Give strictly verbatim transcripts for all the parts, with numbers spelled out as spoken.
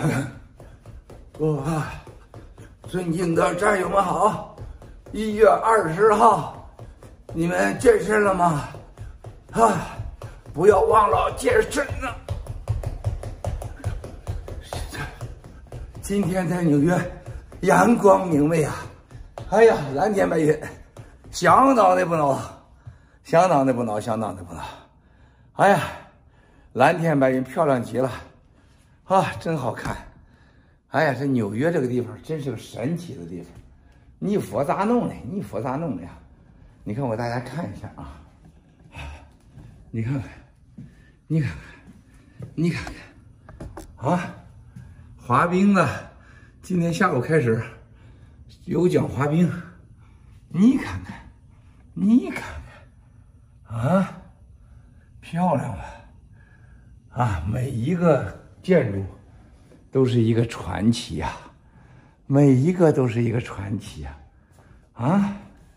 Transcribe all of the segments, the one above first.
哇，尊敬的战友们好！一月二十号，你们健身了吗？啊，不要忘了健身呢。今天在纽约，阳光明媚啊！哎呀，蓝天白云，相当的不孬，相当的不孬，相当的不孬。哎呀，蓝天白云漂亮极了，啊，真好看。哎呀，这纽约这个地方真是个神奇的地方。你佛咋弄的？你佛咋弄的呀？你看我大家看一下啊，你看看，你看看，你看看，啊，滑冰的，今天下午开始有奖滑冰，你看看，你看看，啊，漂亮吧？啊，每一个建筑都是一个传奇呀、啊，每一个都是一个传奇呀、啊，啊，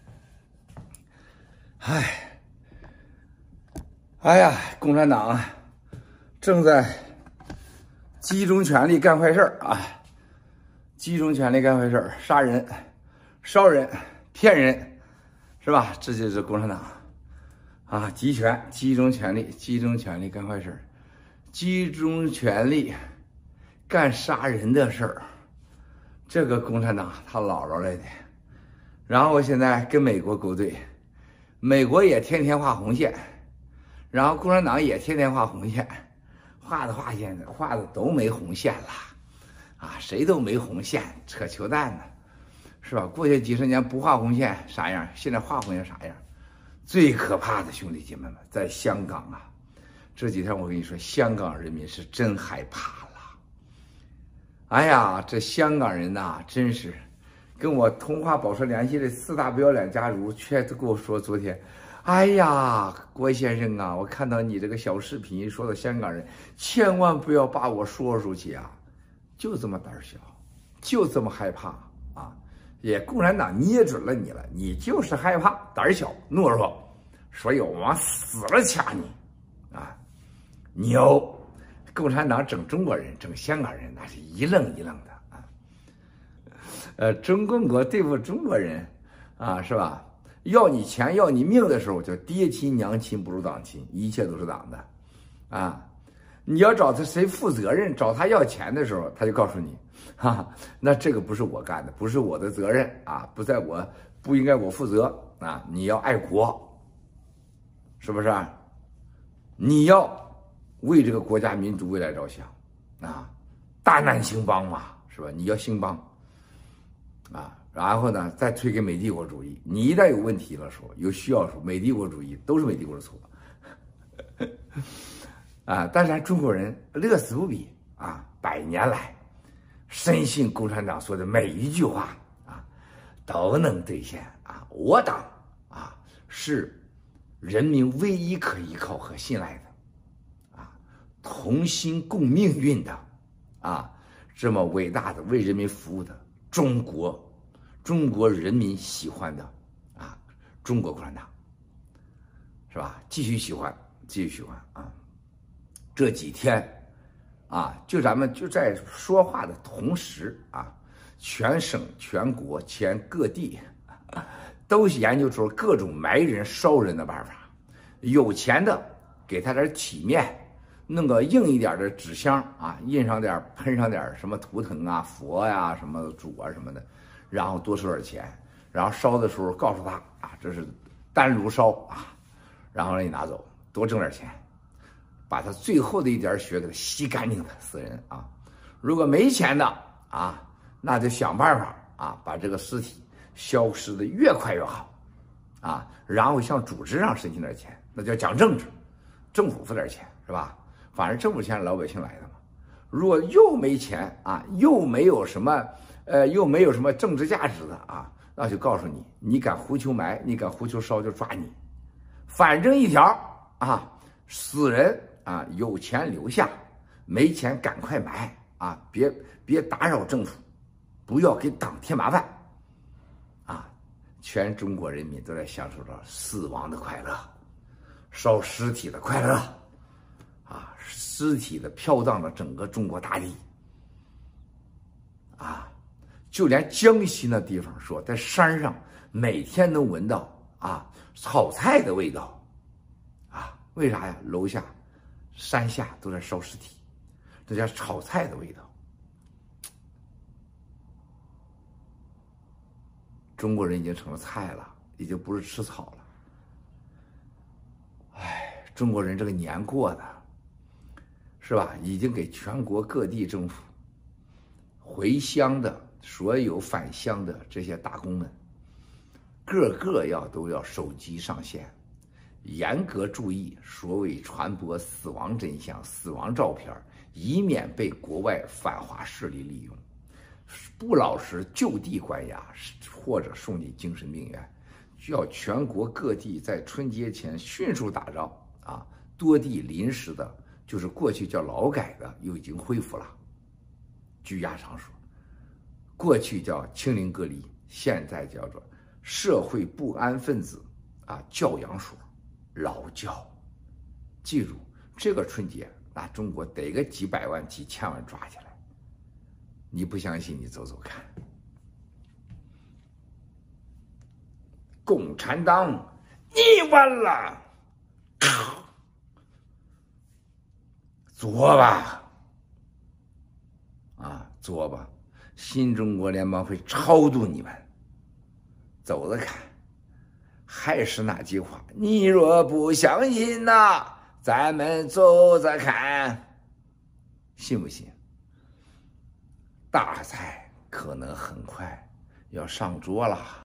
哎，哎呀，共产党啊，正在集中全力干坏事啊，集中全力干坏事，杀人、烧人、骗人，是吧？这就是共产党啊，集权，集中全力，集中全力干坏事，集中全力干杀人的事儿，这个共产党他姥姥来的，然后现在跟美国勾兑，美国也天天画红线，然后共产党也天天画红线，画的画线画的都没红线了，啊，谁都没红线，扯球蛋呢，是吧？过去几十年不画红线啥样，现在画红线啥样？最可怕的兄弟姐妹们，在香港啊，这几天我跟你说，香港人民是真害怕了。哎呀，这香港人呐、啊，真是跟我通话保持联系的四大不要脸家族，却都跟我说昨天，哎呀，郭先生啊，我看到你这个小视频说的香港人，千万不要把我说出去啊，就这么胆小，就这么害怕啊！也共产党捏准了你了，你就是害怕、胆小、懦弱，所以我往死了掐你啊！牛！共产党整中国人、整香港人，那是一愣一愣的啊。呃，中共国对付中国人啊，是吧？要你钱、要你命的时候，叫爹亲娘亲不如党亲，一切都是党的啊。你要找他谁负责任，找他要钱的时候，他就告诉你，哈、啊，那这个不是我干的，不是我的责任啊，不在我，不应该我负责啊。你要爱国，是不是？你要为这个国家民族未来着想啊，大难兴邦嘛，是吧？你要兴邦啊，然后呢，再推给美帝国主义。你一旦有问题了说，有需要说，美帝国主义都是美帝国的错啊。但是咱中国人乐此不疲啊，百年来深信共产党说的每一句话啊都能兑现啊。我党啊是人民唯一可依靠和信赖的。同心共命运的，啊，这么伟大的为人民服务的中国，中国人民喜欢的啊，中国共产党，是吧？继续喜欢，继续喜欢啊！这几天，啊，就咱们就在说话的同时啊，全省、全国、全各地，啊、都研究出各种埋人、烧人的办法。有钱的给他点体面。弄个硬一点的纸箱啊，印上点喷上点什么图腾啊、佛呀、什么主啊什么的，然后多收点钱，然后烧的时候告诉他啊，这是单炉烧啊，然后让你拿走，多挣点钱，把他最后的一点血给他吸干净的死人啊。如果没钱的啊，那就想办法啊，把这个尸体消失的越快越好啊，然后向组织上申请点钱，那叫讲政治，政府付点钱是吧？反正政府钱是老百姓来的嘛。如果又没钱啊，又没有什么，呃，又没有什么政治价值的啊，那就告诉你，你敢胡求埋，你敢胡求烧，就抓你。反正一条啊，死人啊，有钱留下，没钱赶快埋啊，别别打扰政府，不要给党添麻烦啊！全中国人民都在享受着死亡的快乐，烧尸体的快乐。啊，尸体的飘荡了整个中国大地， 就连江西那地方说，在山上每天能闻到啊炒菜的味道，啊，为啥呀？楼下、山下都在烧尸体，这叫炒菜的味道。中国人已经成了菜了，已经不是吃草了。哎，中国人这个年过的，是吧？已经给全国各地政府回乡的所有返乡的这些打工们，个个要都要手机上线，严格注意所谓传播死亡真相、死亡照片，以免被国外反华势力利用。不老实就地关押，或者送进精神病院。需要全国各地在春节前迅速打造啊，多地临时的，就是过去叫劳改的，又已经恢复了居家场所。过去叫清零隔离，现在叫做社会不安分子啊教养所、劳教。记住，这个春节，那中国得个几百万、几千万抓起来。你不相信，你走走看。共产党，你完了！作吧，啊，作吧！新中国联邦会超度你们。走着看，还是那句话，你若不相信呐，咱们走着看，信不信？大菜可能很快要上桌了。